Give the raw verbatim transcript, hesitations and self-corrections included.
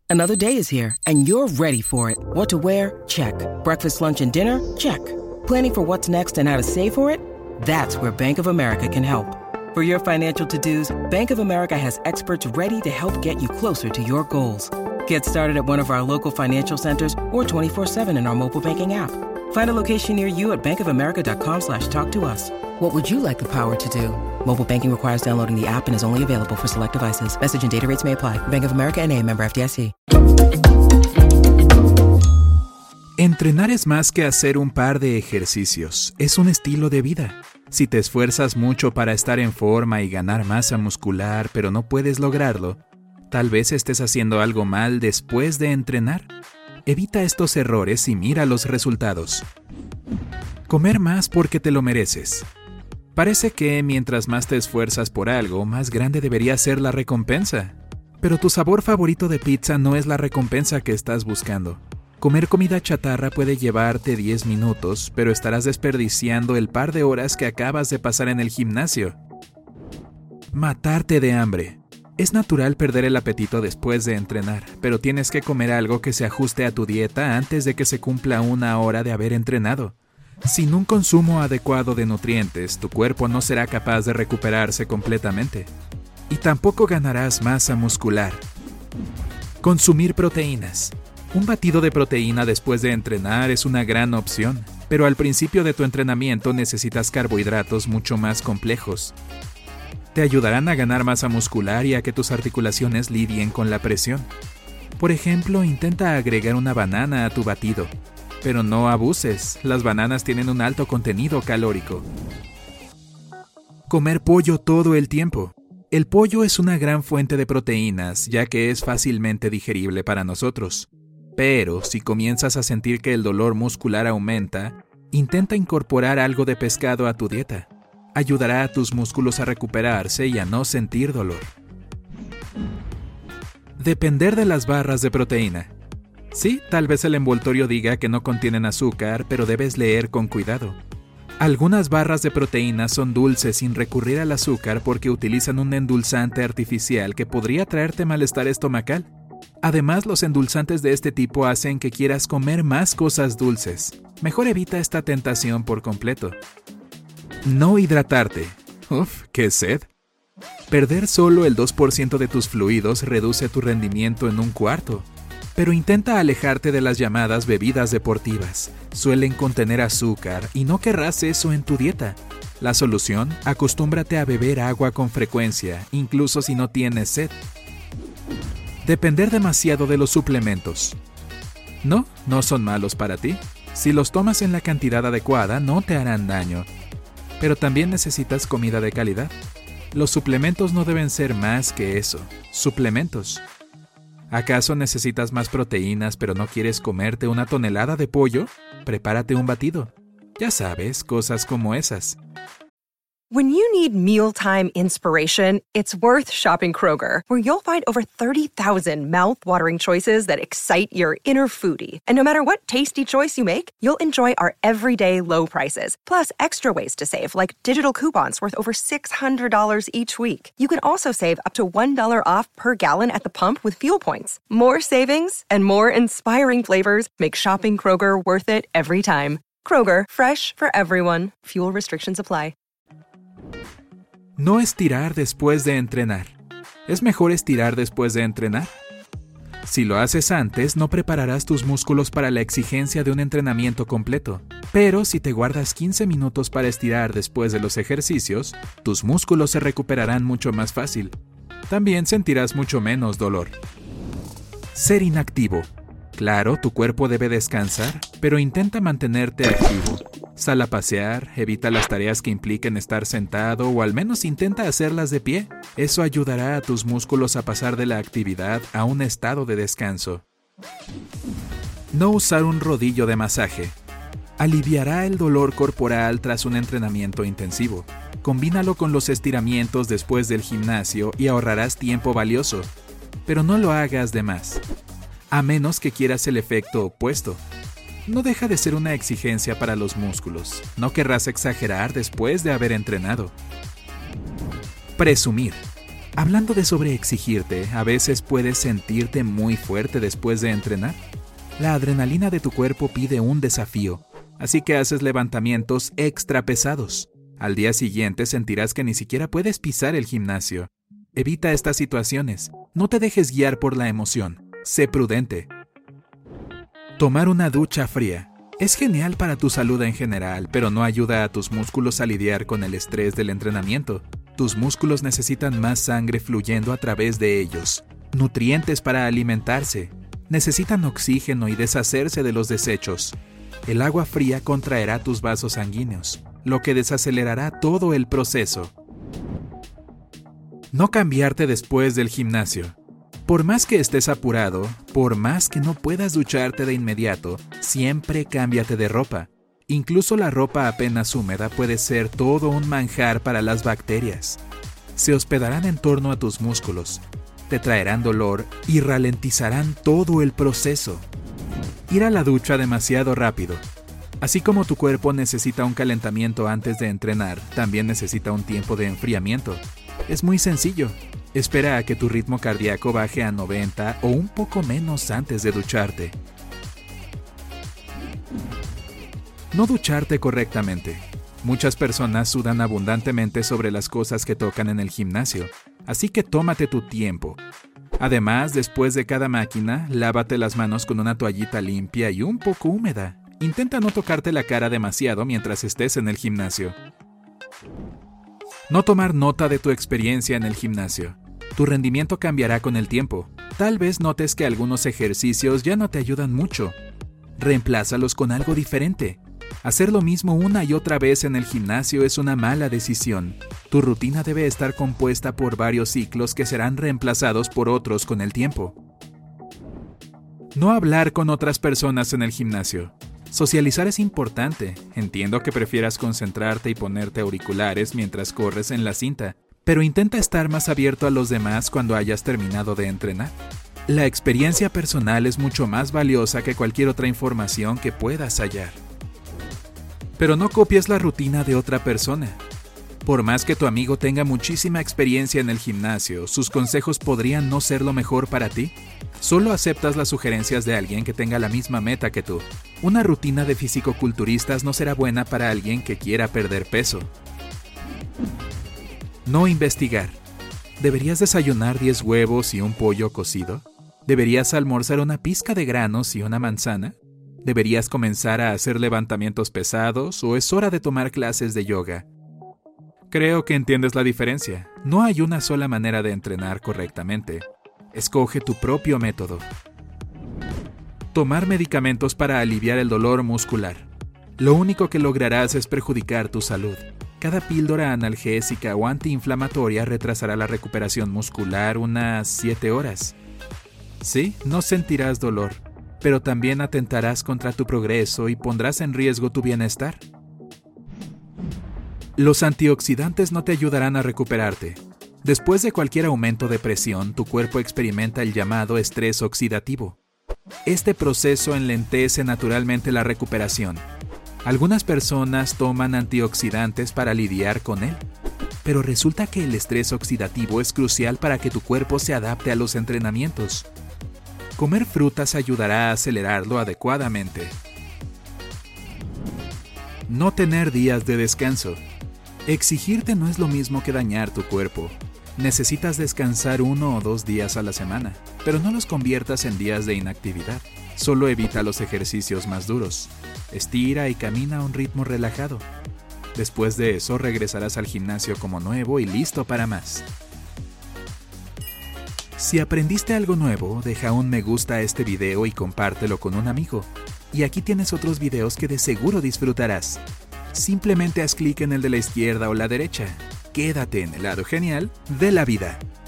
Another day is here, and you're ready for it. What to wear? Check. Breakfast, lunch, and dinner? Check. Planning for what's next and how to save for it? That's where Bank of America can help. For your financial to-dos, Bank of America has experts ready to help get you closer to your goals. Get started at one of our local financial centers or twenty-four seven in our mobile banking app. Find a location near you at bankofamerica.com slash talk to us. What would you like the power to do? Mobile banking requires downloading the app and is only available for select devices. Message and data rates may apply. Bank of America N A, member F D I C. Entrenar es más que hacer un par de ejercicios. Es un estilo de vida. Si te esfuerzas mucho para estar en forma y ganar masa muscular, pero no puedes lograrlo, tal vez estés haciendo algo mal después de entrenar. Evita estos errores y mira los resultados. Comer más porque te lo mereces. Parece que mientras más te esfuerzas por algo, más grande debería ser la recompensa. Pero tu sabor favorito de pizza no es la recompensa que estás buscando. Comer comida chatarra puede llevarte diez minutos, pero estarás desperdiciando el par de horas que acabas de pasar en el gimnasio. Matarte de hambre. Es natural perder el apetito después de entrenar, pero tienes que comer algo que se ajuste a tu dieta antes de que se cumpla una hora de haber entrenado. Sin un consumo adecuado de nutrientes, tu cuerpo no será capaz de recuperarse completamente. Y tampoco ganarás masa muscular. Consumir proteínas. Un batido de proteína después de entrenar es una gran opción, pero al principio de tu entrenamiento necesitas carbohidratos mucho más complejos. Te ayudarán a ganar masa muscular y a que tus articulaciones lidien con la presión. Por ejemplo, intenta agregar una banana a tu batido, pero no abuses, las bananas tienen un alto contenido calórico. Comer pollo todo el tiempo. El pollo es una gran fuente de proteínas, ya que es fácilmente digerible para nosotros. Pero si comienzas a sentir que el dolor muscular aumenta, intenta incorporar algo de pescado a tu dieta. Ayudará a tus músculos a recuperarse y a no sentir dolor. Depender de las barras de proteína. Sí, tal vez el envoltorio diga que no contienen azúcar, pero debes leer con cuidado. Algunas barras de proteína son dulces sin recurrir al azúcar porque utilizan un endulzante artificial que podría traerte malestar estomacal. Además, los endulzantes de este tipo hacen que quieras comer más cosas dulces. Mejor evita esta tentación por completo. No hidratarte. Uf, qué sed. Perder solo el dos por ciento de tus fluidos reduce tu rendimiento en un cuarto. Pero intenta alejarte de las llamadas bebidas deportivas. Suelen contener azúcar y no querrás eso en tu dieta. La solución: acostúmbrate a beber agua con frecuencia, incluso si no tienes sed. Depender demasiado de los suplementos. No, no son malos para ti. Si los tomas en la cantidad adecuada, no te harán daño. Pero también necesitas comida de calidad. Los suplementos no deben ser más que eso, suplementos. ¿Acaso necesitas más proteínas pero no quieres comerte una tonelada de pollo? Prepárate un batido. Ya sabes, cosas como esas. When you need mealtime inspiration, it's worth shopping Kroger, where you'll find over thirty thousand mouth-watering choices that excite your inner foodie. And no matter what tasty choice you make, you'll enjoy our everyday low prices, plus extra ways to save, like digital coupons worth over six hundred dollars each week. You can also save up to one dollar off per gallon at the pump with fuel points. More savings and more inspiring flavors make shopping Kroger worth it every time. Kroger, fresh for everyone. Fuel restrictions apply. No estirar después de entrenar. ¿Es mejor estirar después de entrenar? Si lo haces antes, no prepararás tus músculos para la exigencia de un entrenamiento completo. Pero si te guardas quince minutos para estirar después de los ejercicios, tus músculos se recuperarán mucho más fácil. También sentirás mucho menos dolor. Ser inactivo. Claro, tu cuerpo debe descansar, pero intenta mantenerte activo. Sal a pasear, evita las tareas que impliquen estar sentado o al menos intenta hacerlas de pie. Eso ayudará a tus músculos a pasar de la actividad a un estado de descanso. No usar un rodillo de masaje. Aliviará el dolor corporal tras un entrenamiento intensivo. Combínalo con los estiramientos después del gimnasio y ahorrarás tiempo valioso. Pero no lo hagas de más, a menos que quieras el efecto opuesto. No deja de ser una exigencia para los músculos. No querrás exagerar después de haber entrenado. Presumir. Hablando de sobreexigirte, a veces puedes sentirte muy fuerte después de entrenar. La adrenalina de tu cuerpo pide un desafío, así que haces levantamientos extra pesados. Al día siguiente sentirás que ni siquiera puedes pisar el gimnasio. Evita estas situaciones. No te dejes guiar por la emoción. Sé prudente. Tomar una ducha fría. Es genial para tu salud en general, pero no ayuda a tus músculos a lidiar con el estrés del entrenamiento. Tus músculos necesitan más sangre fluyendo a través de ellos, nutrientes para alimentarse. Necesitan oxígeno y deshacerse de los desechos. El agua fría contraerá tus vasos sanguíneos, lo que desacelerará todo el proceso. No cambiarte después del gimnasio. Por más que estés apurado, por más que no puedas ducharte de inmediato, siempre cámbiate de ropa. Incluso la ropa apenas húmeda puede ser todo un manjar para las bacterias. Se hospedarán en torno a tus músculos, te traerán dolor y ralentizarán todo el proceso. Ir a la ducha demasiado rápido. Así como tu cuerpo necesita un calentamiento antes de entrenar, también necesita un tiempo de enfriamiento. Es muy sencillo. Espera a que tu ritmo cardíaco baje a noventa o un poco menos antes de ducharte. No ducharte correctamente. Muchas personas sudan abundantemente sobre las cosas que tocan en el gimnasio, así que tómate tu tiempo. Además, después de cada máquina, lávate las manos con una toallita limpia y un poco húmeda. Intenta no tocarte la cara demasiado mientras estés en el gimnasio. No tomar nota de tu experiencia en el gimnasio. Tu rendimiento cambiará con el tiempo. Tal vez notes que algunos ejercicios ya no te ayudan mucho. Reemplázalos con algo diferente. Hacer lo mismo una y otra vez en el gimnasio es una mala decisión. Tu rutina debe estar compuesta por varios ciclos que serán reemplazados por otros con el tiempo. No hablar con otras personas en el gimnasio. Socializar es importante. Entiendo que prefieras concentrarte y ponerte auriculares mientras corres en la cinta, pero intenta estar más abierto a los demás cuando hayas terminado de entrenar. La experiencia personal es mucho más valiosa que cualquier otra información que puedas hallar. Pero no copies la rutina de otra persona. Por más que tu amigo tenga muchísima experiencia en el gimnasio, sus consejos podrían no ser lo mejor para ti. Solo aceptas las sugerencias de alguien que tenga la misma meta que tú. Una rutina de fisicoculturistas no será buena para alguien que quiera perder peso. No investigar. ¿Deberías desayunar diez huevos y un pollo cocido? ¿Deberías almorzar una pizca de granos y una manzana? ¿Deberías comenzar a hacer levantamientos pesados o es hora de tomar clases de yoga? Creo que entiendes la diferencia. No hay una sola manera de entrenar correctamente. Escoge tu propio método. Tomar medicamentos para aliviar el dolor muscular. Lo único que lograrás es perjudicar tu salud. Cada píldora analgésica o antiinflamatoria retrasará la recuperación muscular unas siete horas. Sí, no sentirás dolor, pero también atentarás contra tu progreso y pondrás en riesgo tu bienestar. Los antioxidantes no te ayudarán a recuperarte. Después de cualquier aumento de presión, tu cuerpo experimenta el llamado estrés oxidativo. Este proceso enlentece naturalmente la recuperación. Algunas personas toman antioxidantes para lidiar con él, pero resulta que el estrés oxidativo es crucial para que tu cuerpo se adapte a los entrenamientos. Comer frutas ayudará a acelerarlo adecuadamente. No tener días de descanso. Exigirte no es lo mismo que dañar tu cuerpo. Necesitas descansar uno o dos días a la semana, pero no los conviertas en días de inactividad. Solo evita los ejercicios más duros. Estira y camina a un ritmo relajado. Después de eso regresarás al gimnasio como nuevo y listo para más. Si aprendiste algo nuevo, deja un me gusta a este video y compártelo con un amigo. Y aquí tienes otros videos que de seguro disfrutarás. Simplemente haz clic en el de la izquierda o la derecha. Quédate en el lado genial de la vida.